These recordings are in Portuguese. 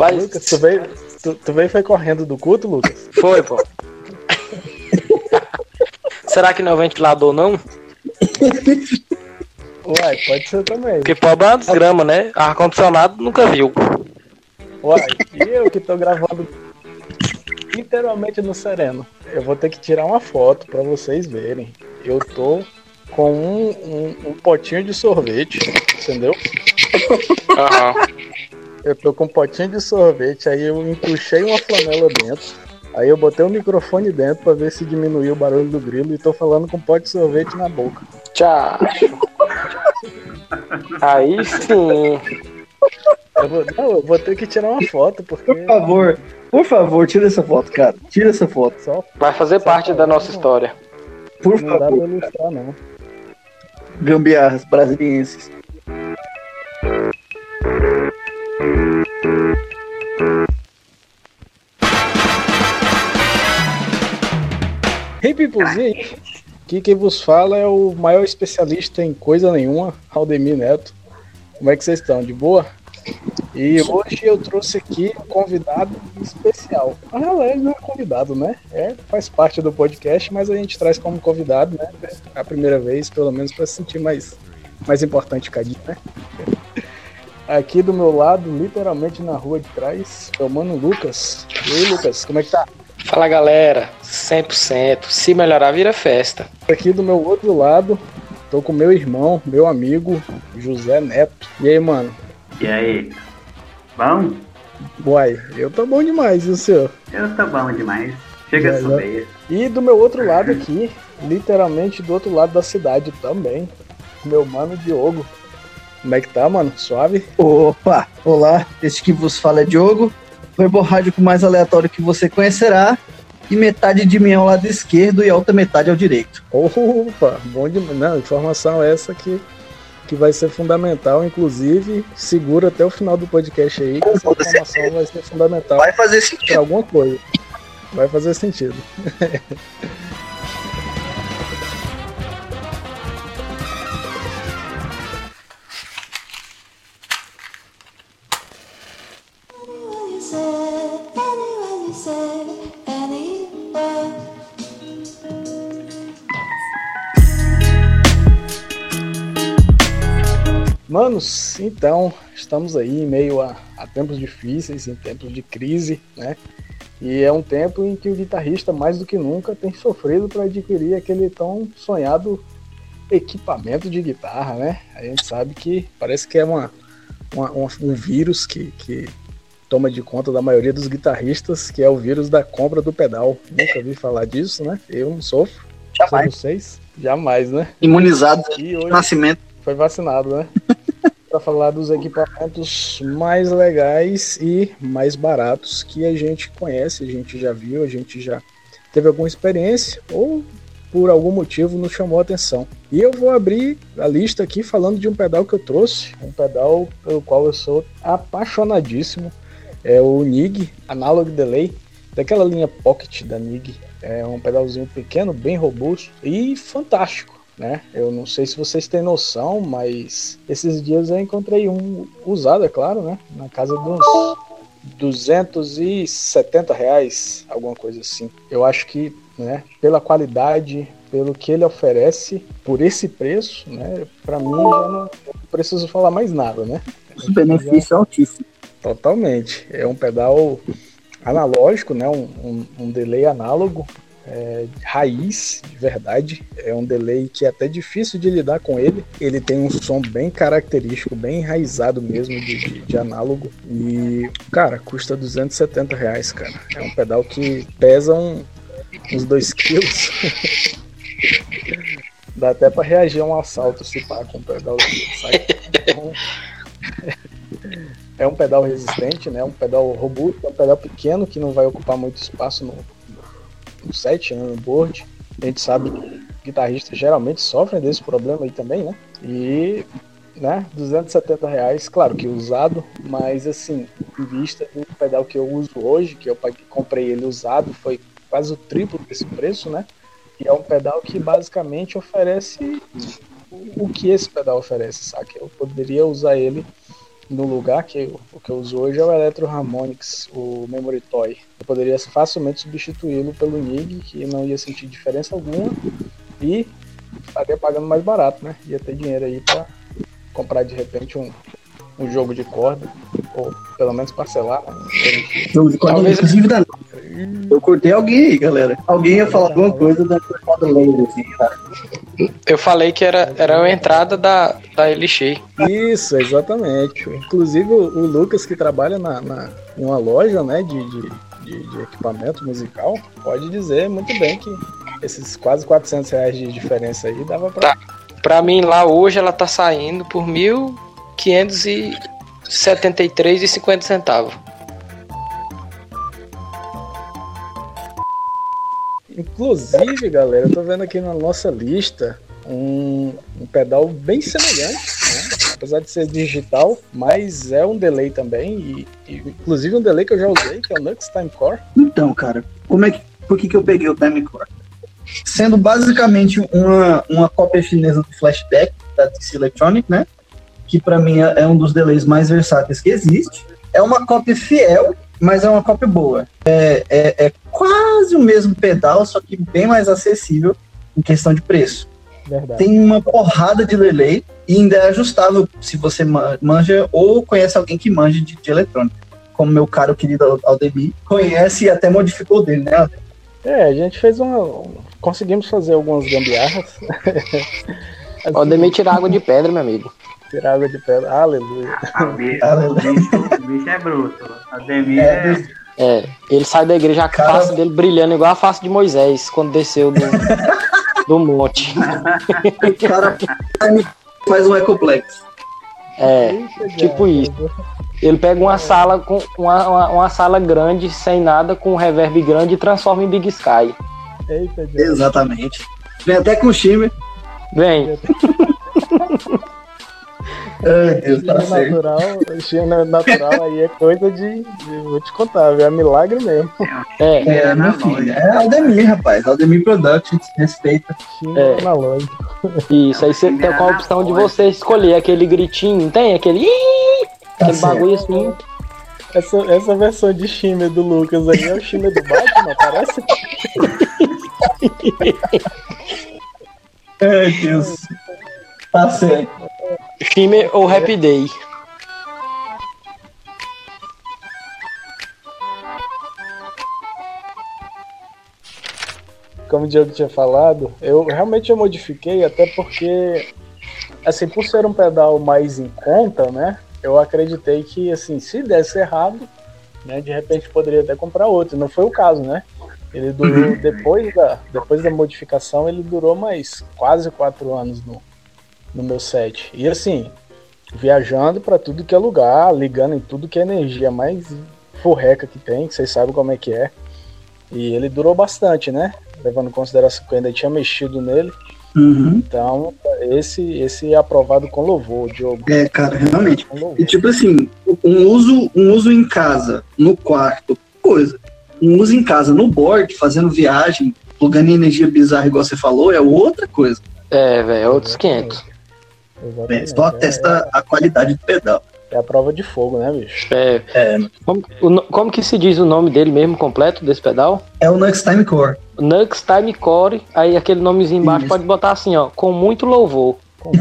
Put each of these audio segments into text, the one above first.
Faz... Lucas, tu veio foi correndo do culto, Lucas? Foi, pô. Será que não é o ventilador, não? Uai, pode ser também. Porque pobre é uma desgrama, né? Ar-condicionado nunca viu. Uai, e eu que tô gravando literalmente no sereno. Eu vou ter que tirar uma foto pra vocês verem. Eu tô com um potinho de sorvete, entendeu? Aham. Eu tô com um potinho de sorvete, aí eu empuxei uma flanela dentro. Aí eu botei o microfone dentro pra ver se diminuiu o barulho do grilo e tô falando com um pote de sorvete na boca. Tchau. Aí sim. Eu vou ter que tirar uma foto, porque... Por favor, tira essa foto, cara. Tira essa foto. Vai fazer parte da nossa história. Por Não dá pra favor. ilustrar, não. Gambiarras brasilienses. Hey, peoples, e aí? Aqui quem vos fala é o maior especialista em coisa nenhuma, Aldemir Neto. Como é que vocês estão? De boa? E hoje eu trouxe aqui um convidado especial. Na realidade, ele não é convidado, né? Faz parte do podcast, mas a gente traz como convidado, né? A primeira vez, pelo menos, para se sentir mais importante cada dia, né? Aqui do meu lado, literalmente na rua de trás, é o mano Lucas. E aí, Lucas, como é que tá? Fala, galera. 100%. Se melhorar, vira festa. Aqui do meu outro lado, tô com meu irmão, meu amigo, José Neto. E aí, mano? E aí? Bom? Uai, eu tô bom demais, e o senhor? Eu tô bom demais. Chega a subir. E do meu outro lado aqui, literalmente do outro lado da cidade também, meu mano Diogo. Como é que tá, mano? Suave? Opa, olá. Este que vos fala é Diogo. O reborrádico mais aleatório que você conhecerá. E metade de mim é ao lado esquerdo e a outra metade ao direito. Opa, bom demais. Não, informação essa que vai ser fundamental, inclusive segura até o final do podcast aí, que essa informação vai ser fundamental. Vai fazer Pra sentido. alguma coisa. Vai fazer sentido. Manos, então, estamos aí em meio a tempos difíceis, em tempos de crise, né? E é um tempo em que o guitarrista, mais do que nunca, tem sofrido para adquirir aquele tão sonhado equipamento de guitarra, né? A gente sabe que parece que é um vírus que toma de conta da maioria dos guitarristas, que é o vírus da compra do pedal. Nunca vi falar disso, né? Eu não sofro. Jamais. Vocês? Jamais, né? Imunizado E hoje nascimento. foi vacinado, né? Para falar dos equipamentos mais legais e mais baratos que a gente conhece, a gente já viu, a gente já teve alguma experiência ou por algum motivo nos chamou a atenção. E eu vou abrir a lista aqui falando de um pedal que eu trouxe, um pedal pelo qual eu sou apaixonadíssimo, é o NIG Analog Delay, daquela linha Pocket da NIG. É um pedalzinho pequeno, bem robusto e fantástico, né? Eu não sei se vocês têm noção, mas esses dias eu encontrei um usado, é claro, né? Na casa de uns R$270, alguma coisa assim. Eu acho que, né, pela qualidade, pelo que ele oferece, por esse preço, né, para mim já não preciso falar mais nada, né? Os benefícios altíssimos. Totalmente. É um pedal analógico, né? Um delay análogo, raiz, de verdade. É um delay que é até difícil de lidar com ele. Ele tem um som bem característico, bem enraizado mesmo de análogo. E, cara, custa R$270, cara. É um pedal que pesa uns 2 quilos. Dá até pra reagir a um assalto se pá com um pedal assim, sabe? Então, é um pedal resistente, né? Um pedal robusto, é um pedal pequeno que não vai ocupar muito espaço no set, né? No board. A gente sabe que guitarristas geralmente sofrem desse problema aí também, né? E, né, R$270, claro que usado, mas assim, em vista do pedal que eu uso hoje, que eu comprei ele usado, foi quase o triplo desse preço, né? E é um pedal que basicamente oferece o que esse pedal oferece, saca? Eu poderia usar ele no lugar que o que eu uso hoje é o Electro Harmonix, o Memory Toy. Eu poderia facilmente substituí-lo pelo NIG, que não ia sentir diferença alguma e estaria pagando mais barato, né? Ia ter dinheiro aí para comprar de repente um jogo de corda, ou pelo menos parcelar. Jogo de corda, inclusive, eu cortei alguém aí, galera. Alguém ia falar alguma coisa da corda laser, assim, tá? Eu falei que era a entrada da Elixir. Isso, exatamente. Inclusive o Lucas, que trabalha em uma loja, né, de equipamento musical, pode dizer muito bem que esses quase R$400 de diferença aí dava pra... Tá. Pra mim lá hoje ela tá saindo por R$1.573,50. Inclusive, galera, eu tô vendo aqui na nossa lista um pedal bem semelhante, né? Apesar de ser digital, mas é um delay também, e inclusive um delay que eu já usei, que é o Nux Time Core. Então, cara, por que eu peguei o Time Core? Sendo basicamente uma cópia chinesa do Flashback da TC Electronic, né? Que pra mim é um dos delays mais versáteis que existe. É uma cópia fiel, mas é uma cópia boa. É quase o mesmo pedal, só que bem mais acessível em questão de preço. Verdade. Tem uma porrada de delay e ainda é ajustável se você manja ou conhece alguém que manja de eletrônica. Como meu caro querido Aldemir conhece e até modificou dele, né, Aldemir? A gente fez conseguimos fazer algumas gambiarras. O Aldemir tira água de pedra, meu amigo. Tirar água de pedra, aleluia. O bicho é bruto. Aldemir ele sai da igreja, a face dele brilhando igual a face de Moisés quando desceu do monte. O cara faz um ecoplex. Tipo isso. Ele pega uma sala com uma sala grande, sem nada, com um reverb grande e transforma em Big Sky. Eita, Deus. Exatamente. Vem até com o shimmer. Vem. Ai, Deus, tá certo. O shimmer natural aí é coisa de vou te contar, viu? É milagre mesmo. Meu filho. É Aldemir, rapaz. Aldemir Productions, respeita. Shimmer analógico. Isso, aí você tem com a opção de você escolher aquele gritinho, não tem? Aquele bagulho assim. Essa versão de shimmer do Lucas aí é o shimmer do Batman, parece? Ai, Deus. Tá certo. Shimmer ou Happy Day? Como o Diogo tinha falado, eu realmente modifiquei, até porque, assim, por ser um pedal mais em conta, né, eu acreditei que, assim, se desse errado, né, de repente poderia até comprar outro. Não foi o caso, né? Ele durou, depois da modificação, ele durou mais quase 4 anos no meu set. E assim, viajando para tudo que é lugar, ligando em tudo que é energia mais furreca que tem, que vocês sabem como é que é. E ele durou bastante, né? Levando em consideração que eu ainda tinha mexido nele. Então, esse é aprovado com louvor, Diogo. Cara, realmente. E tipo assim, um uso em casa, no quarto, coisa. Um uso em casa, no board, fazendo viagem, plugando energia bizarra, igual você falou, é outra coisa. Velho, é outros 500. Só testa a qualidade do pedal. É a prova de fogo, né, bicho? Como que se diz o nome dele mesmo, completo, desse pedal? É o Nux Time Core. Nux Time Core, aí aquele nomezinho embaixo pode botar assim, ó, com muito louvor.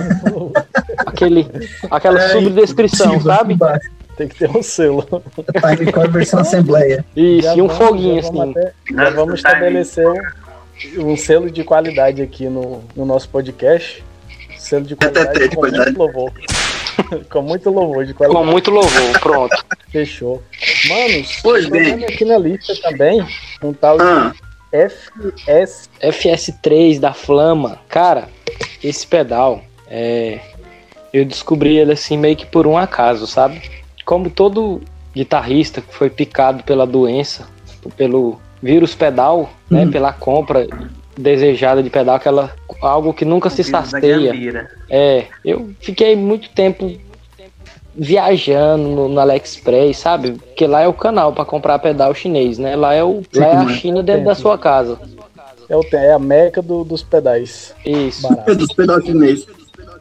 Aquela subdescrição, sabe? Tem que ter um selo. Time Core versão Assembleia. Isso, e um foguinho assim. Já vamos estabelecer um selo de qualidade aqui no nosso podcast. Selo de qualidade com muito louvor. Com muito louvor de qualidade. Com muito louvor, pronto. Fechou. Manos, pois bem, aqui na lista também um tal de FS3 da Flama. Cara, esse pedal, eu descobri ele assim meio que por um acaso, sabe? Como todo guitarrista que foi picado pela doença, pelo vírus pedal, né? Pela compra desejada de pedal, algo que nunca se sacia. Eu fiquei muito tempo viajando no AliExpress, sabe? Porque lá é o canal para comprar pedal chinês, né? Lá é a China dentro da sua casa. É a meca dos pedais. Isso. Dos pedais chineses.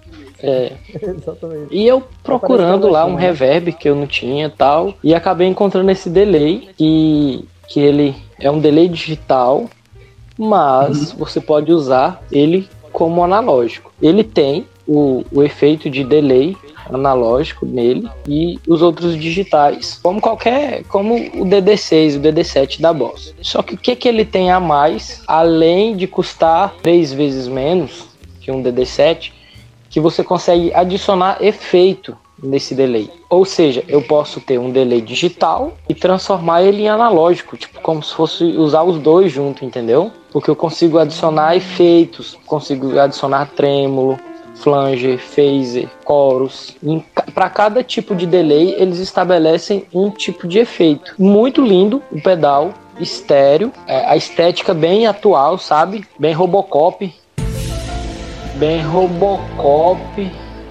Exatamente. E eu procurando lá um reverb que eu não tinha e tal, e acabei encontrando esse delay, que ele é um delay digital, mas você pode usar ele como analógico. Ele tem o efeito de delay analógico nele e os outros digitais, como o DD6, o DD7 da Boss. Só que o que ele tem a mais, além de custar 3 vezes menos que um DD7, que você consegue adicionar efeito nesse delay. Ou seja, eu posso ter um delay digital e transformar ele em analógico, tipo como se fosse usar os dois juntos, entendeu? Porque eu consigo adicionar efeitos, consigo adicionar trêmulo, flanger, phaser, chorus. Para cada tipo de delay, eles estabelecem um tipo de efeito. Muito lindo o pedal, estéreo, a estética bem atual, sabe? Bem Robocop. Bem Robocop.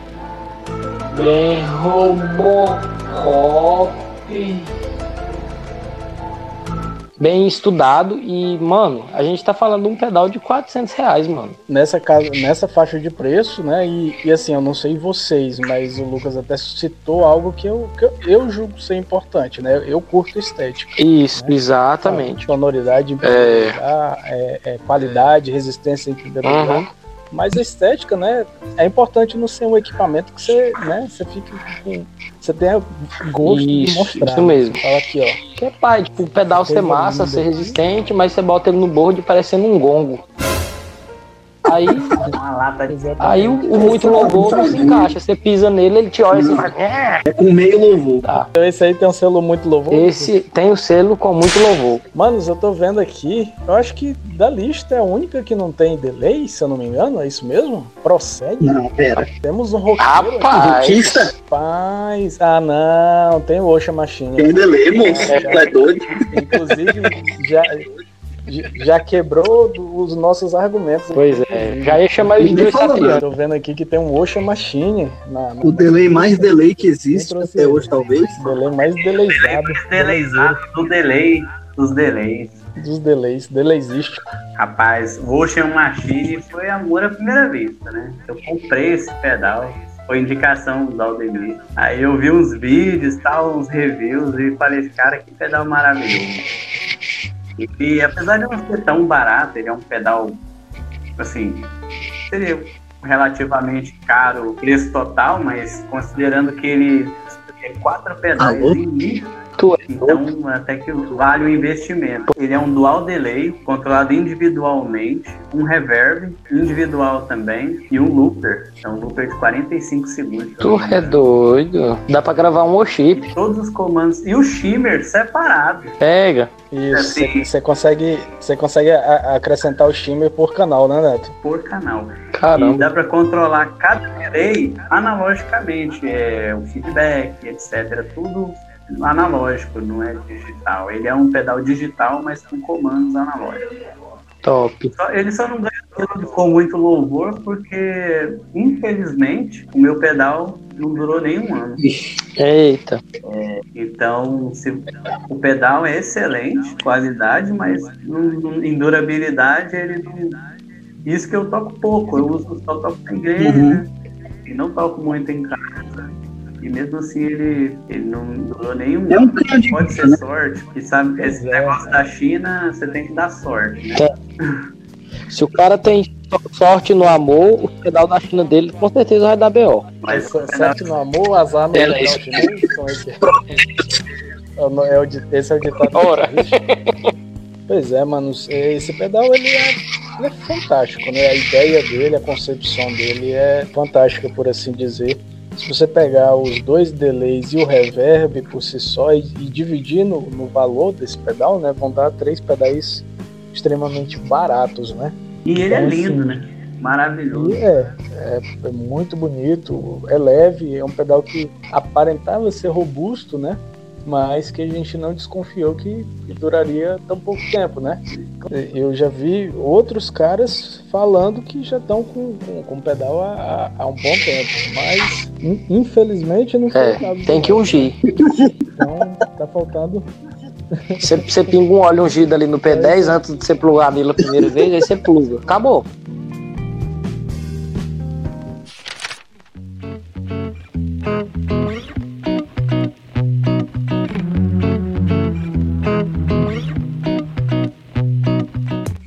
Bem estudado e, mano, a gente tá falando de um pedal de R$400, mano. Nessa faixa de preço, né? E assim, eu não sei vocês, mas o Lucas até citou algo que eu julgo ser importante, né? Eu curto estética. Isso, né? Exatamente. Sonoridade em primeiro lugar, qualidade, resistência em primeiro lugar. Mas a estética, né, é importante não ser um equipamento que você, né, você tenha gosto de mostrar. Isso mesmo. Fala aqui, ó. Que é pai, tipo, o pedal ser massa, ser resistente, mas você bota ele no board parecendo um gongo. Aí, uma lata de... aí o muito louvor não se encaixa. Você pisa nele, ele te olha e faz... É com meio louvor. Tá. Então esse aí tem um selo muito louvor? Esse tem o selo com muito louvor. Manos, eu tô vendo aqui, eu acho que da lista é a única que não tem delay, se eu não me engano, é isso mesmo? Procede? Não, pera. Temos um roqueiro Rapaz! Rapaz! Ah, não, tem o Ocean Machine. Tem delay, moço. É doido. Inclusive, já quebrou os nossos argumentos. Pois é, já ia chamar ele de dois satrianos. Tô vendo aqui que tem um Ocean Machine. O delay mais delay que existe até hoje, talvez. O delay mais deleizado. Do delay, dos delays. Dos delays, deleizístico. Rapaz, o Ocean Machine foi amor à primeira vista, né? Eu comprei esse pedal, foi indicação do Aldemir. Aí eu vi uns vídeos, tal, uns reviews e falei, cara, que pedal maravilhoso. E apesar de não ser tão barato, ele é um pedal, assim, seria relativamente caro o preço total, mas considerando que ele tem 4 pedais em mim, então até que vale o investimento. Ele é um dual delay, controlado individualmente, um reverb individual também e um looper. É um looper de 45 segundos. Tu é doido. Dá pra gravar um worship. Todos os comandos. E o shimmer separado. Pega. Isso, Assim, você consegue acrescentar o shimmer por canal, né, Neto? Por canal. Caramba. E dá para controlar cada delay analogicamente, o feedback, etc. Tudo analógico, não é digital. Ele é um pedal digital, mas com comandos analógicos. Top. Ele só não ganhou com muito louvor porque, infelizmente, o meu pedal não durou nem um ano. Eita. Então, o pedal é excelente, qualidade, mas em durabilidade ele não... Isso que eu toco pouco, eu só toco na igreja e não toco muito em casa. E mesmo assim ele não durou nenhum ano. Pode ser sorte, porque sabe, esse negócio da China, você tem que dar sorte, né? Se o cara tem sorte no amor, o pedal da China dele com certeza vai dar B.O. Mas sorte no amor, azar no pedal chinês. Esse é o ditado. Ora. Pois é, mano, esse pedal ele é fantástico, né? A ideia dele, a concepção dele é fantástica, por assim dizer. Se você pegar os 2 delays e o reverb por si só e dividir no valor desse pedal, né, vão dar 3 pedais extremamente baratos, né? E ele então, é lindo, assim, né? Maravilhoso. E é muito bonito, é leve, é um pedal que aparentava ser robusto, né? Mas que a gente não desconfiou que duraria tão pouco tempo, né? Eu já vi outros caras falando que já estão com pedal há um bom tempo, mas infelizmente não foi nada. Tem que ungir. Então tá faltando. Você pinga um óleo ungido ali no P10 antes de você plugar nele a primeira vez, aí você pluga. Acabou.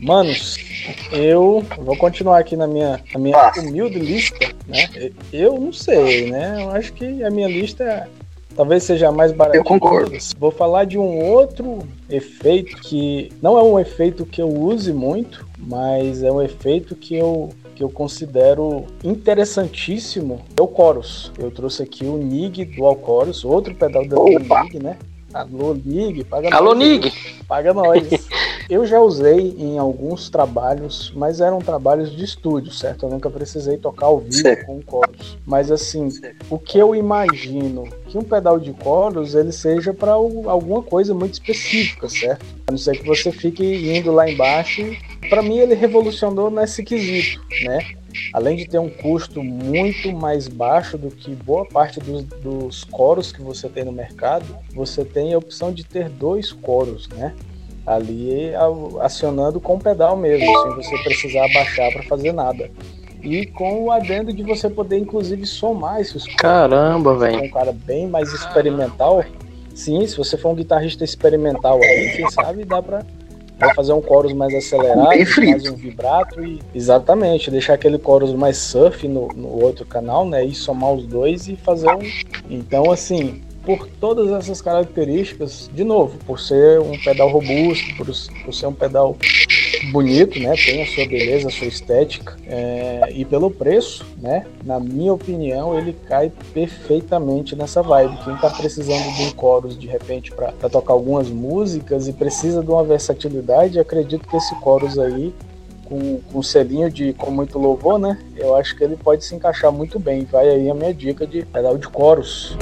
Manos, eu vou continuar aqui na minha humilde lista, né? Eu não sei, né? Eu acho que a minha lista talvez seja a mais barata. Eu concordo. Vou falar de um outro efeito que não é um efeito que eu use muito, mas é um efeito que eu considero interessantíssimo. É o Chorus. Eu trouxe aqui o Nig Dual Chorus, outro pedal da Nig, né? Alô, Nig, paga nós. Alô, Nig! Paga nós. Eu já usei em alguns trabalhos, mas eram trabalhos de estúdio, certo? Eu nunca precisei tocar ao vivo com o Chorus. Mas assim, o que eu imagino que um pedal de Chorus ele seja para alguma coisa muito específica, certo? A não ser que você fique indo lá embaixo. Para mim ele revolucionou nesse quesito, né? Além de ter um custo muito mais baixo do que boa parte dos coros que você tem no mercado, você tem a opção de ter 2 coros, né? Ali acionando com o pedal mesmo, sem você precisar abaixar para fazer nada. E com o adendo de você poder inclusive somar esses coros. Caramba, velho. Um cara bem mais experimental. Sim, se você for um guitarrista experimental aí, quem sabe dá para fazer um chorus mais acelerado, mais um vibrato e exatamente, deixar aquele chorus mais surf no outro canal, né, e somar os dois e fazer um. Então assim, por todas essas características, de novo, por ser um pedal robusto, por ser um pedal bonito, né, tem a sua beleza, a sua estética, e pelo preço, né, na minha opinião, ele cai perfeitamente nessa vibe. Quem tá precisando de um chorus de repente para tocar algumas músicas e precisa de uma versatilidade, acredito que esse chorus aí, com selinho de com muito louvor, né, eu acho que ele pode se encaixar muito bem. Vai aí a minha dica de pedal de chorus.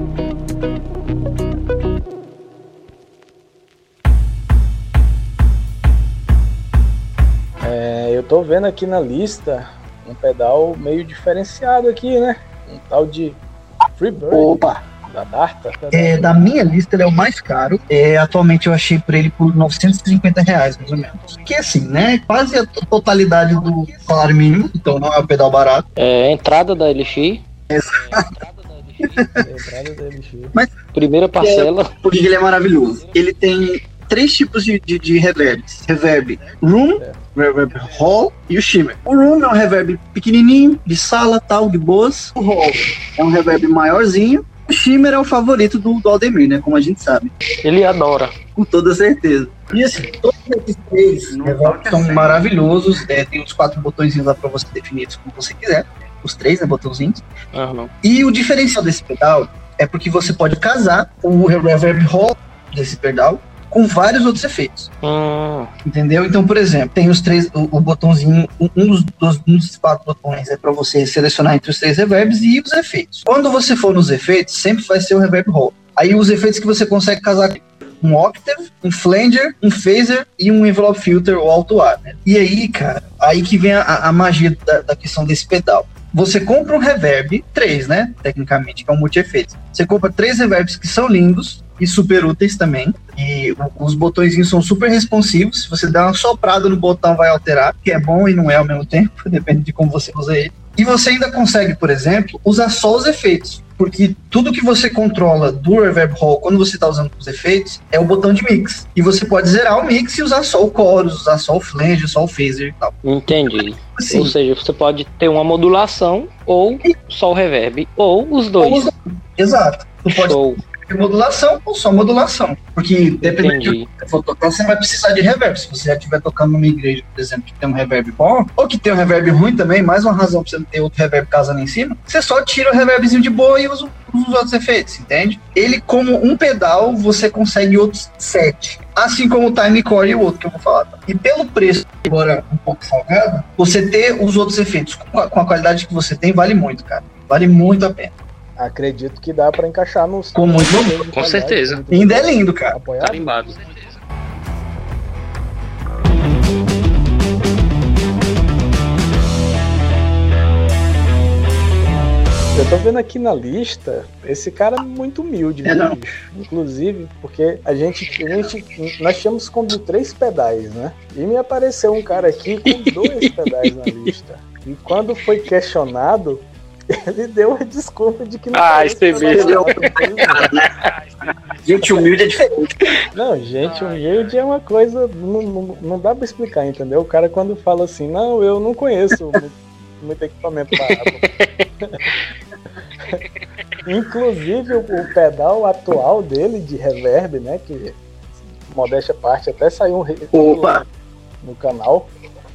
Eu tô vendo aqui na lista um pedal meio diferenciado aqui, né? Um tal de Freebird. Opa! Da Darta. Da minha lista ele é o mais caro. Atualmente eu achei por ele por R$950, mais ou menos. Que assim, né? Quase a totalidade do salário mínimo, então não é um pedal barato. É a entrada da LX. Entrada da LX. Mas, primeira parcela. Porque ele é maravilhoso. Ele tem 3 tipos de reverbs. Reverb Room, Reverb Hall e o Shimmer. O Room é um reverb pequenininho, de sala, tal, de boas. O Hall é um reverb maiorzinho. O Shimmer é o favorito do Aldemir, né? Como a gente sabe. Ele adora. Com toda certeza. E assim, todos esses 3 reverbs são maravilhosos. Tem os 4 botõezinhos lá pra você definir isso como você quiser. Os 3, né, botãozinhos. Uhum. E o diferencial desse pedal é porque você pode casar o Reverb Hall desse pedal com vários outros efeitos. Entendeu? Então, por exemplo, tem os 3, o botãozinho, um dos 4 botões é para você selecionar entre os 3 reverbs e os efeitos. Quando você for nos efeitos, sempre vai ser o Reverb Hall. Aí os efeitos que você consegue casar um octave, um flanger, um phaser e um envelope filter ou alto-ar, né? E aí, cara, aí que vem a magia da questão desse pedal. Você compra um reverb, 3, né? Tecnicamente, que é um multi-efeitos. Você compra 3 reverbs que são lindos e super úteis também. E os botõezinhos são super responsivos. Se você der uma soprada no botão, vai alterar, que é bom e não é ao mesmo tempo, depende de como você usa ele. E você ainda consegue, por exemplo, usar só os efeitos. Porque tudo que você controla do Reverb Hall quando você está usando os efeitos é o botão de mix. E você pode zerar o mix e usar só o chorus, usar só o flange, só o phaser e tal. Entendi. Assim, ou seja, você pode ter uma modulação ou só o reverb, ou os dois. Exato. Você pode ter modulação ou só modulação. Porque dependendo do que você for tocar, você vai precisar de reverb. Se você já estiver tocando numa igreja, por exemplo, que tem um reverb bom, ou que tem um reverb ruim também, mais uma razão pra você não ter outro reverb casando em cima, você só tira o reverbzinho de boa e usa os outros efeitos, entende? Ele, como um pedal, você consegue outros 7. Assim como o Timecore e o outro que eu vou falar. E pelo preço, embora um pouco salgado, você ter os outros efeitos com a qualidade que você tem, vale muito, cara. Vale muito a pena. Acredito que dá pra encaixar nos... Com muito bom. Com certeza. E ainda é lindo, cara. Apoiado? Carimbado. Eu tô vendo aqui na lista, esse cara é muito humilde, meu bicho. Inclusive, porque nós tínhamos como 3 pedais, né? E me apareceu um cara aqui com 2 pedais na lista. E quando foi questionado, ele deu a desculpa de que não esse bicho. Gente humilde é diferente. Não, gente humilde é uma coisa, não dá pra explicar, entendeu? O cara quando fala assim, não, eu não conheço muito equipamento para Apple. Inclusive o pedal atual dele de reverb, né, que modéstia à parte, até saiu um review no canal.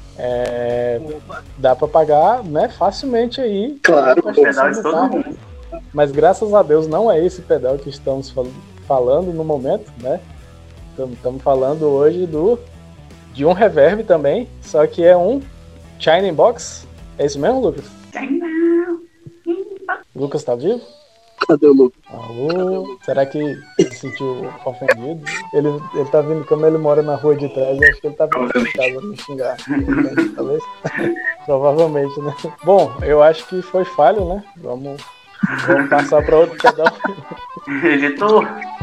Dá pra pagar, né, facilmente aí. Claro, o pedal de todo mundo. Mas graças a Deus não é esse pedal que estamos falando no momento, né? Estamos falando hoje de um reverb também, só que é um China Box. É isso mesmo, Lucas? Lucas tá vivo? Cadê o Lucas? Alô? Será que ele se sentiu ofendido? Ele tá vindo, como ele mora na rua de trás, eu acho que ele tá vindo de casa me xingar. Talvez? Provavelmente, né? Bom, eu acho que foi falho, né? Vamos passar para outro pedal. Editor.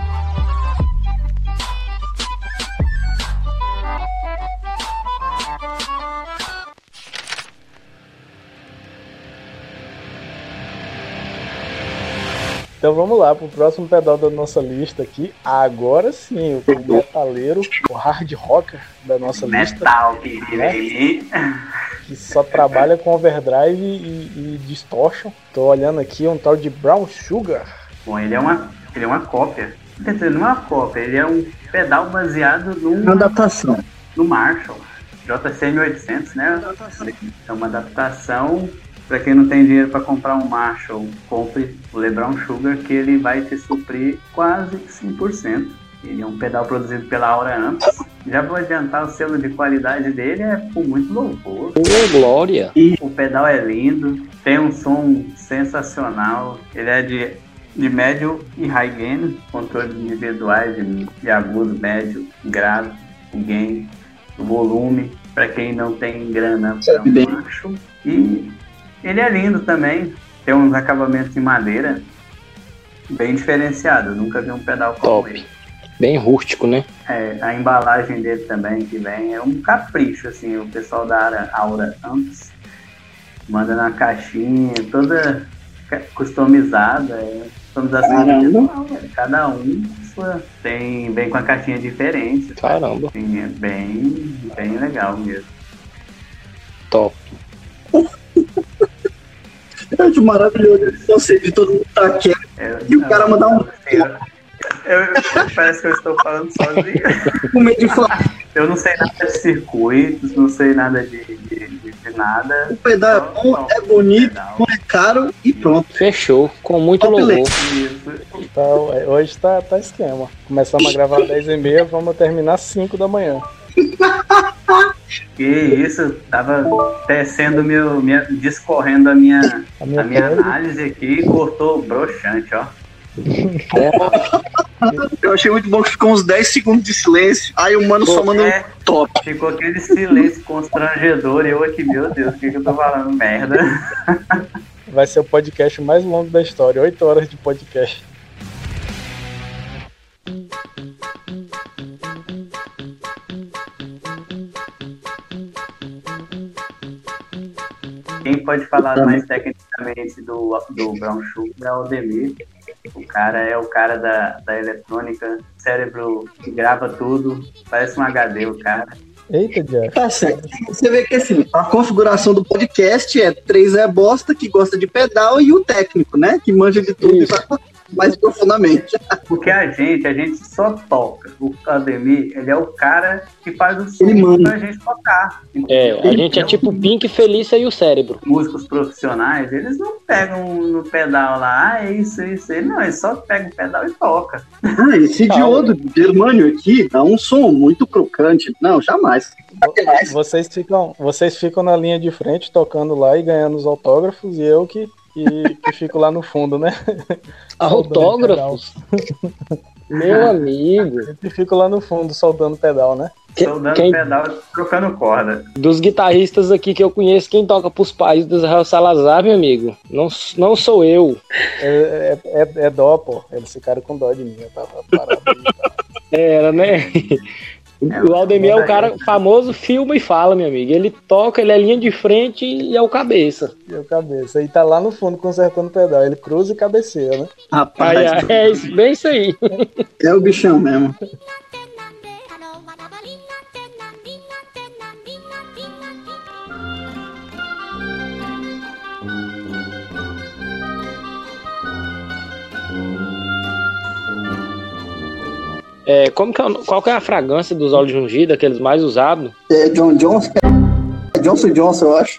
Então vamos lá pro próximo pedal da nossa lista aqui. Agora sim, o metaleiro, o hard rocker da nossa lista. Metal, que né? Que só trabalha com overdrive e distortion. Tô olhando aqui um tal de Brown Sugar. Bom, ele é uma cópia. Quer dizer, não é uma cópia, ele é um pedal baseado numa adaptação. No Marshall, JC 1800, né? É uma adaptação. Para quem não tem dinheiro para comprar um Marshall, compre o LeBrown Sugar, que ele vai te suprir quase 100%. Ele é um pedal produzido pela Aura Amps. Já vou adiantar, o selo de qualidade dele é com muito louvor. Glória! O pedal é lindo, tem um som sensacional. Ele é de médio e high gain, controles individuais de agudo, médio, grave, o gain, o volume, para quem não tem grana para um Marshall. E ele é lindo também, tem uns acabamentos em madeira bem diferenciados. Eu nunca vi um pedal como ele. Bem rústico, né? A embalagem dele também, que vem, é um capricho, assim. O pessoal da Aura Amps manda na caixinha, toda customizada. Customização individual, cada um vem com a caixinha diferente. Caramba. Assim, é bem legal mesmo. Top. Eu acho maravilhoso. Eu sei de todo mundo tá quieto. E o cara mandar um. Parece que eu estou falando sozinho. Com medo de falar. Eu não sei nada de circuitos, não sei nada de nada. O pedal é bom, é bonito, não é caro e pronto. Fechou, com muito louvor. Então, hoje tá esquema. Começamos a gravar às 10h30, vamos terminar às 5 da manhã. Que isso, tava descendo discorrendo a minha análise aqui e cortou broxante, ó. Eu achei muito bom que ficou uns 10 segundos de silêncio. Aí o mano só manda um top. Ficou aquele silêncio constrangedor e eu aqui, meu Deus, o que eu tô falando? Merda. Vai ser o podcast mais longo da história, 8 horas de podcast. Quem pode falar mais tecnicamente do Brown Sugar é o Demir. O cara é o cara da eletrônica, cérebro que grava tudo, parece um HD o cara. Eita, Jeff. Tá certo. Você vê que assim, a configuração do podcast é 3 bosta que gosta de pedal e o técnico, né? Que manja de tudo e vai mais profundamente. Porque a gente só toca. O Ademir, ele é o cara que faz o som pra gente tocar. A gente é tipo o Pink, Felícia e o cérebro. Músicos profissionais, eles não pegam no pedal lá, é isso. Não, eles só pegam o pedal e toca. Esse diodo Germânio aqui dá um som muito crocante. Não, jamais. Vocês ficam na linha de frente tocando lá e ganhando os autógrafos, e eu que fico lá no fundo, né? Autógrafos? Meu amigo. Eu fico lá no fundo soldando pedal, né? Soldando pedal, trocando corda. Dos guitarristas aqui que eu conheço, quem toca pros pais do Israel Salazar, meu amigo, não sou eu. É dó, pô. Eles ficaram com dó de mim. Eu tava parado. Era, né? O Aldemir é o cara famoso, filma e fala, meu amigo. Ele toca, ele é linha de frente e é o cabeça. E o cabeça. E tá lá no fundo consertando o pedal. Ele cruza e cabeceia, né? Rapaz, É bem isso aí. é o bichão mesmo. Qual que é a fragrância dos óleos de ungido, aqueles mais usados? É Johnson, eu acho.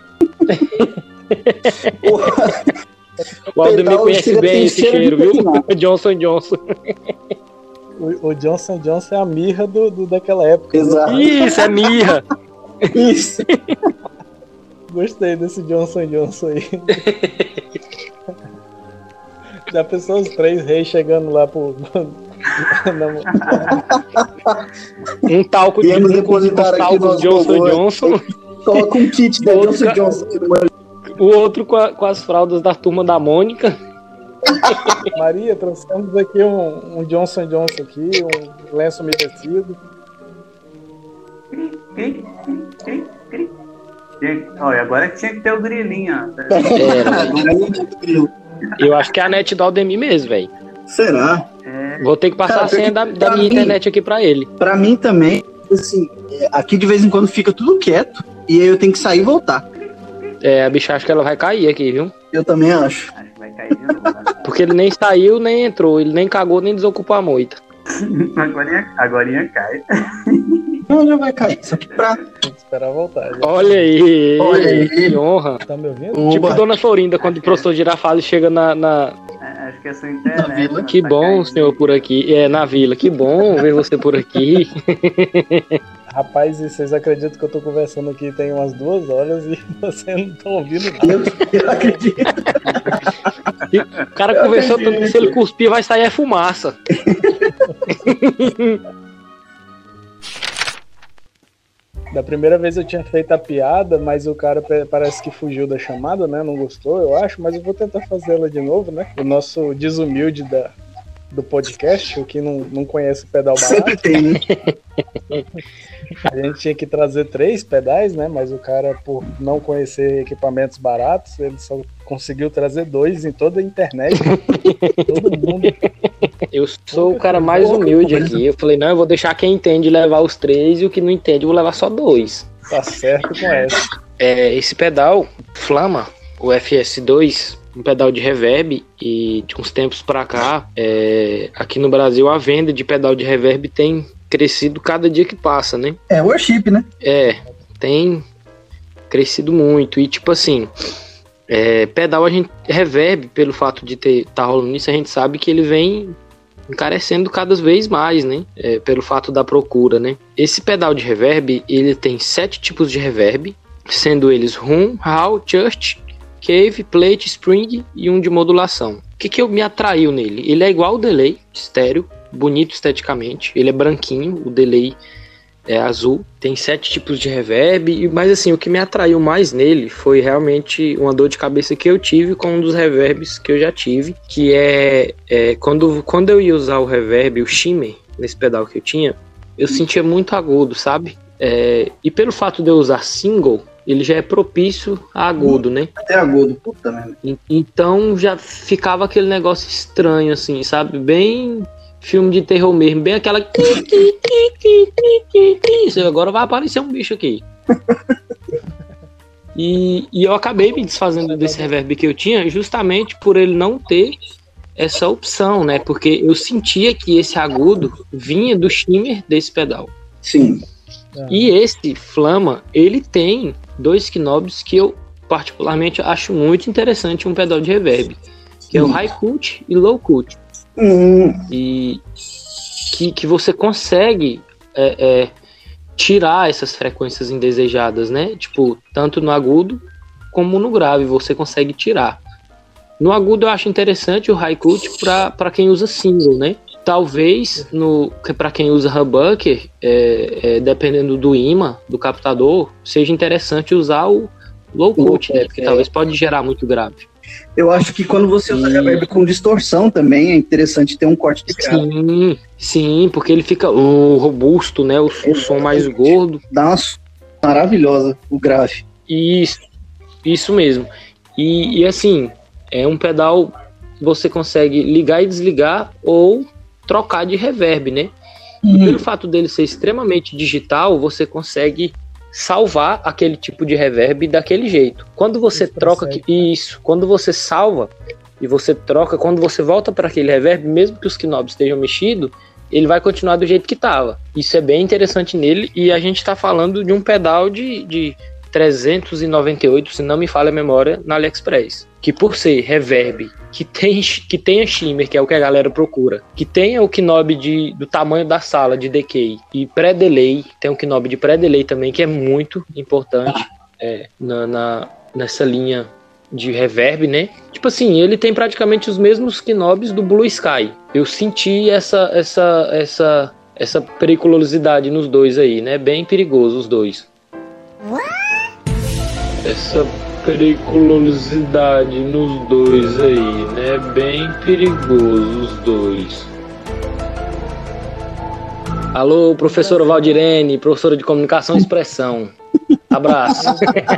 O Aldemir conhece bem esse cheiro, viu? Johnson. O Johnson é a mirra daquela época. Exato. Né? Isso, é mirra. Isso. Gostei desse Johnson aí. Já pensou os 3 reis chegando lá pro... Um talco de Johnson. Coloca um kit da Johnson. O outro com as fraldas da turma da Mônica. Maria, trouxemos aqui um Johnson aqui, um lenço umedecido. Olha, agora tinha que ter o grilinho, ó. Eu acho que é a net do Aldemir mesmo, velho. Será? Vou ter que passar a senha da minha internet aqui pra ele. Pra mim também, assim, aqui de vez em quando fica tudo quieto e aí eu tenho que sair e voltar. A bicha acha que ela vai cair aqui, viu? Eu também acho. Acho que vai cair de novo. Porque ele nem saiu, nem entrou. Ele nem cagou, nem desocupou a moita. Agorinha cai. Não, já vai cair. Isso aqui pra... Tem que esperar voltar. Já. Olha aí. Que honra. Tá me ouvindo? Oba. Tipo Dona Florinda, quando o professor Girafales chega na... Acho que é sua internet. Na vila. Que tá bom, caindo. senhor, por aqui. Na vila. Que bom ver você por aqui. Rapaz, e vocês acreditam que eu tô conversando aqui tem umas 2 horas e vocês não estão ouvindo nada? Eu acredito. O cara conversou tanto que se ele cuspir vai sair fumaça. Da primeira vez eu tinha feito a piada, mas o cara parece que fugiu da chamada, né? Não gostou, eu acho, mas eu vou tentar fazê-la de novo, né? O nosso desumilde do podcast, o que não conhece o pedal barato. Sempre tem, né? A gente tinha que trazer 3 pedais, né? Mas o cara, por não conhecer equipamentos baratos, ele só conseguiu trazer 2 em toda a internet. Todo mundo. Eu sou o cara mais humilde aqui. Eu falei, não, eu vou deixar quem entende levar os 3 e o que não entende eu vou levar só 2. Tá certo com essa. Esse pedal, Flama, o FS2, um pedal de reverb, e de uns tempos pra cá, aqui no Brasil a venda de pedal de reverb tem crescido cada dia que passa, né? É worship, né? Tem crescido muito. E tipo assim, pedal a gente reverb, pelo fato de tá rolando isso, a gente sabe que ele vem encarecendo cada vez mais, né? Pelo fato da procura, né? Esse pedal de reverb, ele tem 7 tipos de reverb, sendo eles Room, Hall, Church, Cave, Plate, Spring e um de modulação. O que me atraiu nele? Ele é igual ao delay, estéreo, bonito esteticamente, ele é branquinho, o delay é azul, tem 7 tipos de reverb, mas assim, o que me atraiu mais nele foi realmente uma dor de cabeça que eu tive com um dos reverbs que eu já tive, que quando eu ia usar o reverb, o shimmer, nesse pedal que eu tinha, eu sentia muito agudo, sabe? E pelo fato de eu usar single, ele já é propício a agudo, né? Até agudo, puta merda. Então já ficava aquele negócio estranho, assim, sabe? Bem filme de terror mesmo, bem aquela... Agora vai aparecer um bicho aqui. E eu acabei me desfazendo desse reverb que eu tinha justamente por ele não ter essa opção, né? Porque eu sentia que esse agudo vinha do shimmer desse pedal. Sim. E esse Flama, ele tem 2 knobs que eu particularmente acho muito interessante um pedal de reverb, que é o High Cut e Low Cut. E que você consegue tirar essas frequências indesejadas, né? Tipo, tanto no agudo como no grave você consegue tirar. No agudo eu acho interessante o High Cut para quem usa single, né? Talvez para quem usa humbucker, dependendo do imã do captador, seja interessante usar o Low Cut, né? Porque talvez pode gerar muito grave. Eu acho que quando você usa reverb com distorção também, é interessante ter um corte de grave. Sim, porque ele fica robusto, né? O som mais gordo. Dá uma maravilhosa o grave. Isso mesmo. E assim, é um pedal que você consegue ligar e desligar ou trocar de reverb, né? E pelo fato dele ser extremamente digital, você consegue salvar aquele tipo de reverb daquele jeito. Quando você troca quando você salva e você troca, quando você volta para aquele reverb, mesmo que os knobs estejam mexidos, ele vai continuar do jeito que estava. Isso é bem interessante nele, e a gente está falando de um pedal de 398, se não me falha a memória, na AliExpress. Que por ser reverb, que tenha shimmer, que é o que a galera procura, que tenha o knob do tamanho da sala de decay e pré-delay, tem um knob de pré-delay também, que é muito importante nessa linha de reverb, né? Tipo assim, ele tem praticamente os mesmos knobs do Blue Sky. Eu senti essa periculosidade nos dois aí, né? Bem perigoso os dois. Essa periculosidade nos dois aí, né? Bem perigoso os dois. Alô, professora Valdirene, professora de comunicação e expressão. Abraço.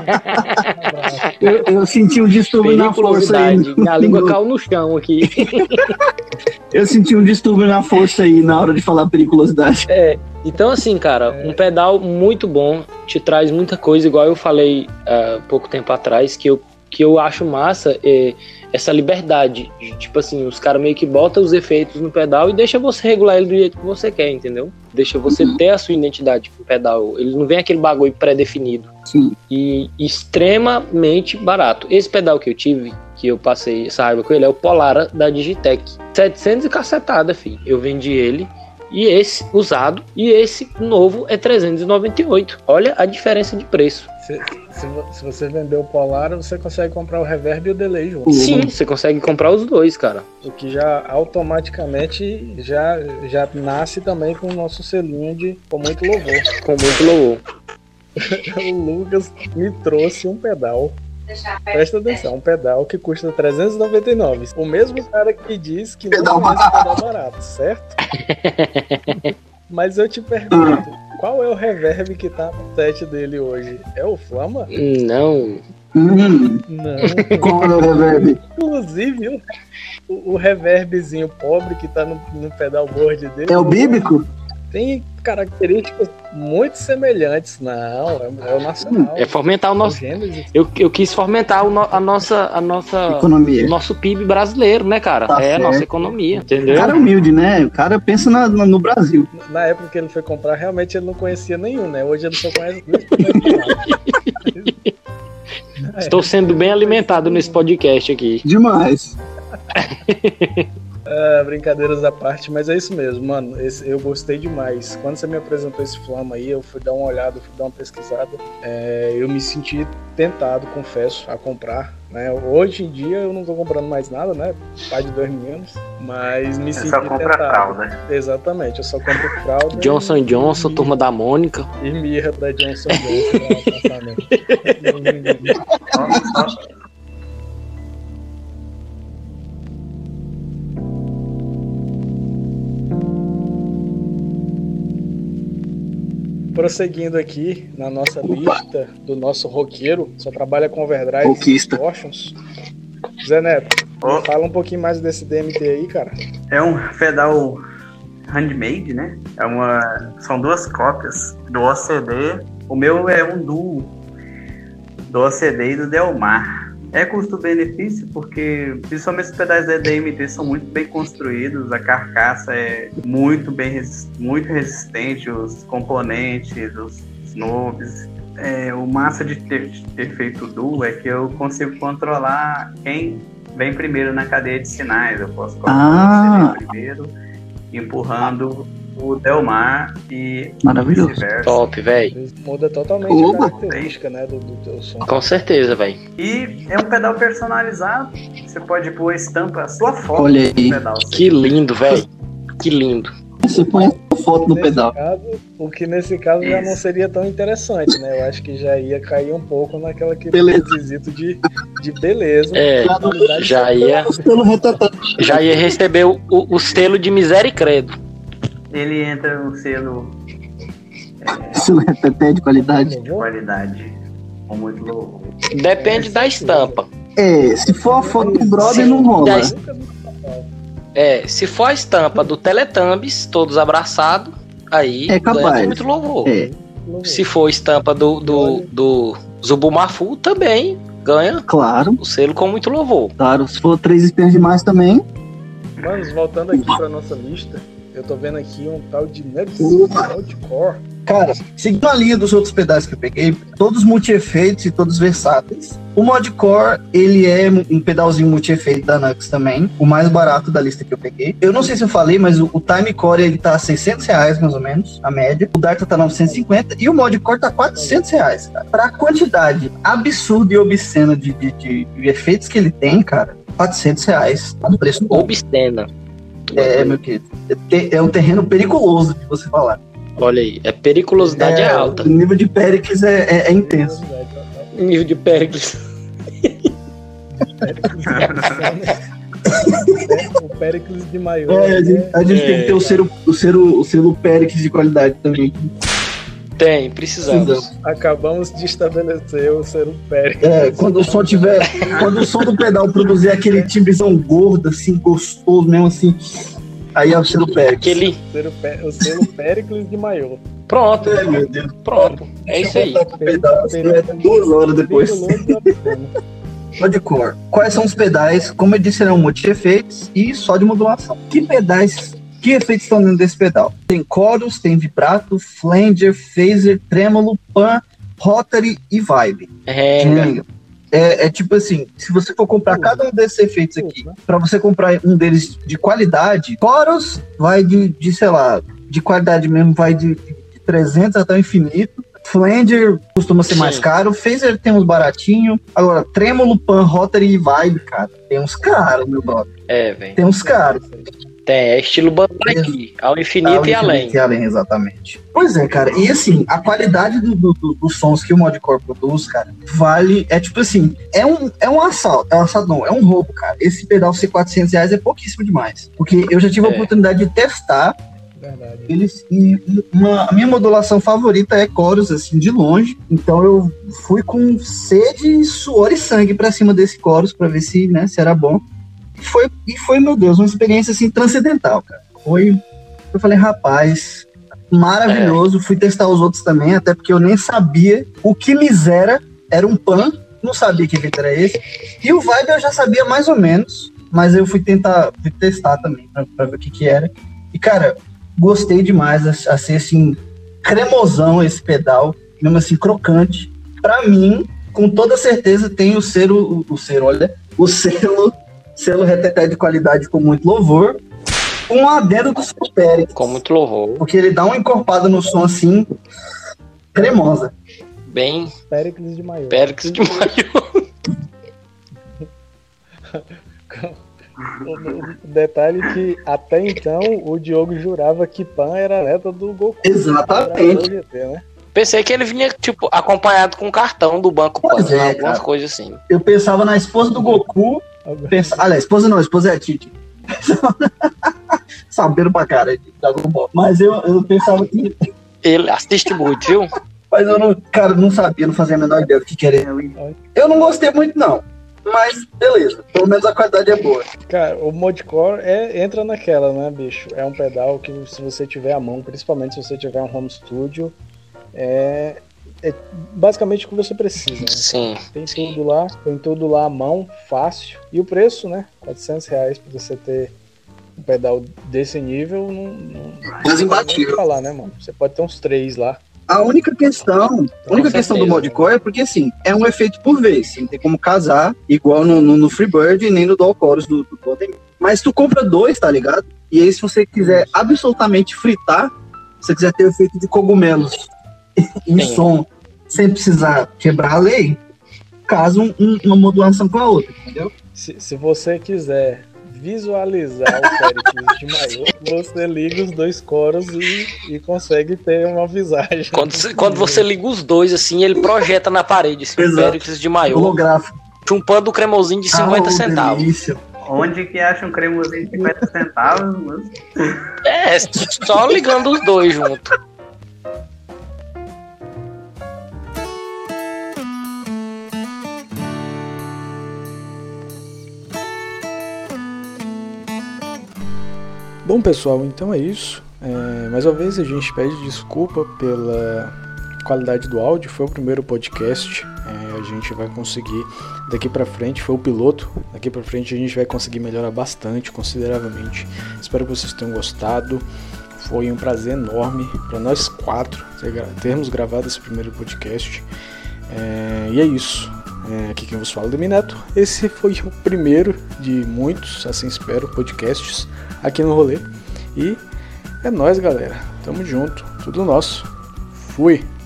Eu senti um distúrbio na força aí. Minha língua caiu no chão aqui. Eu senti um distúrbio na força aí na hora de falar periculosidade. Então assim, cara, um pedal muito bom, te traz muita coisa, igual eu falei pouco tempo atrás, que eu acho massa essa liberdade. Tipo assim, os caras meio que botam os efeitos no pedal e deixa você regular ele do jeito que você quer, entendeu? Deixa você ter a sua identidade com o pedal. Ele não vem aquele bagulho pré-definido. Sim. E extremamente barato. Esse pedal que eu tive, que eu passei essa raiva com ele, é o Polara da Digitec. 700 e cacetada, filho. Eu vendi ele. E esse usado, e esse novo é 398. Olha a diferença de preço. Se você vender o Polara, você consegue comprar o reverb e o delay junto. Sim, você consegue comprar os dois, cara. O que já automaticamente já nasce também com o nosso selinho com muito louvor. Com muito louvor. O Lucas me trouxe um pedal. Presta atenção, um pedal que custa 399. O mesmo cara que diz que não conhece pedal barato, certo? Mas eu te pergunto, qual é o reverb que tá no set dele hoje? É o Flama? Não. Não. Qual é o reverb? Inclusive, o reverbzinho pobre que tá no pedal board dele... É o bíblico? Tem características muito semelhantes. Não, é o nacional. É fomentar o nosso... Eu quis fomentar a nossa economia. O nosso PIB brasileiro, né, cara? Tá a nossa economia, entendeu? O cara é humilde, né? O cara pensa no Brasil. Na época que ele foi comprar, realmente ele não conhecia nenhum, né? Hoje ele só conhece dois. Estou sendo bem alimentado nesse podcast aqui. Demais. Brincadeiras à parte, mas é isso mesmo, mano. Eu gostei demais. Quando você me apresentou esse Flama aí, eu fui dar uma olhada, fui dar uma pesquisada. Eu me senti tentado, confesso, a comprar, né? Hoje em dia eu não tô comprando mais nada, né? Pai de 2 meninos, mas me senti tentado. Só compra fralda. Exatamente, eu só compro fralda. Johnson & Johnson, Turma da Mônica. E mirra da Johnson & Johnson. Prosseguindo aqui na nossa lista do nosso roqueiro, só trabalha com overdrive e distortions. Zé Neto, fala um pouquinho mais desse DMT aí, cara. É um pedal handmade, né? São 2 cópias do OCD. O meu é um duo do OCD e do Delmar. É custo-benefício porque, principalmente os pedais da DMT são muito bem construídos, a carcaça é muito resistente, os componentes, os knobs. O massa de ter feito o duo é que eu consigo controlar quem vem primeiro na cadeia de sinais. Eu posso colocar o CD primeiro, empurrando o Delmar e vice-versa. Top, velho. Muda totalmente a característica, né, do teu som. Com certeza, velho. E é um pedal personalizado. Você pode pôr a estampa, a sua foto no pedal. Que lindo, velho. Que lindo. Você põe a foto no pedal. O que nesse caso já não seria tão interessante, né? Eu acho que já ia cair um pouco naquela que Beleza. quesito de beleza. Já ia receber o selo de miséria e credo. Ele entra no selo Selo reteté de qualidade. de qualidade. Com muito louvor. Depende da estampa. Se for a foto do brother, não rola. Se for a estampa do Teletubbies, todos abraçados, aí É capaz. ganha com muito louvor. Se for a estampa do Zubumafu, também ganha Claro, o selo com muito louvor. claro. Se for 3 espinhos demais também. Mas voltando aqui pra nossa lista, eu tô vendo aqui um tal de Modcore. Cara, seguindo a linha dos outros pedais que eu peguei, todos multi-efeitos e todos versáteis. O Modcore, ele é um pedalzinho multi-efeito da Nux também, o mais barato da lista que eu peguei. Eu não sei se eu falei, mas o Timecore, ele tá R$600 mais ou menos, a média. O Darta tá 950 e o Modcore tá R$400, cara. Pra quantidade absurda e obscena de efeitos que ele tem, cara, R$400, tá no preço bom. Obscena. Meu querido, é um terreno perigoso de você falar. Olha aí, periculosidade é alta. O nível de Péricles é intenso. O nível de Péricles. O Péricles de maior. A gente tem que ter o selo Péricles de qualidade também. Tem, precisamos. Acabamos de estabelecer o selo Péricles. Quando o som do pedal produzir aquele timbrizão gordo, assim, gostoso mesmo, assim, aí é o selo Péricles. O selo Péricles de maior. Pronto. Meu Deus. Pronto. É isso aí. O pedal, assim, 2 horas depois. Modcore. Quais são os pedais? Como eu disse, serão multi-efeitos e só de modulação. Que efeitos estão dentro desse pedal? Tem chorus, tem vibrato, flanger, phaser, trêmolo, pan, rotary e vibe. É tipo assim, se você for comprar cada um desses efeitos aqui, pra você comprar um deles de qualidade, chorus vai de sei lá, de qualidade mesmo, vai de 300 até o infinito. Flanger costuma ser mais caro, phaser tem uns baratinhos. Agora, trêmolo, pan, rotary e vibe, cara, tem uns caros, meu brother. Velho. Tem uns caros. É estilo Bandai, ao infinito e além. Exatamente. Pois é, cara. E assim, a qualidade dos sons que o Modcore produz, cara, é tipo assim, é um assalto. É um roubo, cara. Esse pedal ser R$400 é pouquíssimo demais. Porque eu já tive a oportunidade de testar. Verdade. A minha modulação favorita é chorus, assim, de longe. Então eu fui com sede, suor e sangue pra cima desse chorus pra ver se era bom. E foi, meu Deus, uma experiência assim transcendental, cara. Eu falei, rapaz, maravilhoso. Fui testar os outros também, até porque eu nem sabia o que miséria era um pan, não sabia que efeito era esse. E o vibe eu já sabia mais ou menos, mas eu fui testar também pra ver o que era. E, cara, gostei demais, assim, assim, cremosão esse pedal, mesmo assim, crocante. Pra mim, com toda certeza, tem o selo reteté de qualidade com muito louvor, com um adendo do selo Péricles. Com muito louvor. Porque ele dá uma encorpada no som assim, cremosa. Bem. Péricles de maior. O detalhe é que até então o Diogo jurava que Pan era a neta do Goku. Exatamente. GT, né? Pensei que ele vinha, tipo, acompanhado com o cartão do banco, Pois algumas coisas assim. Eu pensava na esposa do Goku. Aliás, esposa não, esposa é a Titi. Sabendo pra cara de Dragon Ball. Mas eu pensava que. Ele assiste muito, viu? Mas eu não sabia, não fazia a menor ideia do que era. Eu não gostei muito, não. Mas beleza, pelo menos a qualidade é boa. Cara, o Modcore entra naquela, né, bicho? É um pedal que, se você tiver à mão, principalmente se você tiver um home studio, é basicamente o que você precisa, né? Sim. Tem tudo lá à mão, fácil. E o preço, né? R$400 pra você ter um pedal desse nível, Mas imbatível. Falar, né, mano? Você pode ter uns 3 lá. A única questão do Modcore é porque, assim, é um efeito por vez. Não tem como casar, igual no Freebird e nem no Dual Chorus do Golden. Mas tu compra 2, tá ligado? E aí, se você quiser absolutamente fritar, se você quiser ter o efeito de cogumelos em som, sem precisar quebrar a lei, casa uma modulação com a outra, entendeu? Se você quiser visualizar o Péricles de maiô, você liga os dois coros e consegue ter uma visagem. Quando você liga os dois, assim, ele projeta na parede, assim, o Péricles de maiô, holográfico, chumpando o cremosinho de 50 centavos. Delícia. Onde que acha um cremosinho de 50 centavos, moço? É, só ligando os dois junto. Bom, pessoal, então é isso. Mais uma vez a gente pede desculpa pela qualidade do áudio. Foi o primeiro podcast. A gente vai conseguir daqui pra frente, foi o piloto. Daqui pra frente a gente vai conseguir melhorar bastante, consideravelmente. Espero que vocês tenham gostado. Foi um prazer enorme para nós 4 termos gravado esse primeiro podcast. E é isso. Aqui quem vos fala é o Demineto. Esse foi o primeiro de muitos, assim espero, podcasts aqui no rolê. E é nóis, galera. Tamo junto. Tudo nosso. Fui.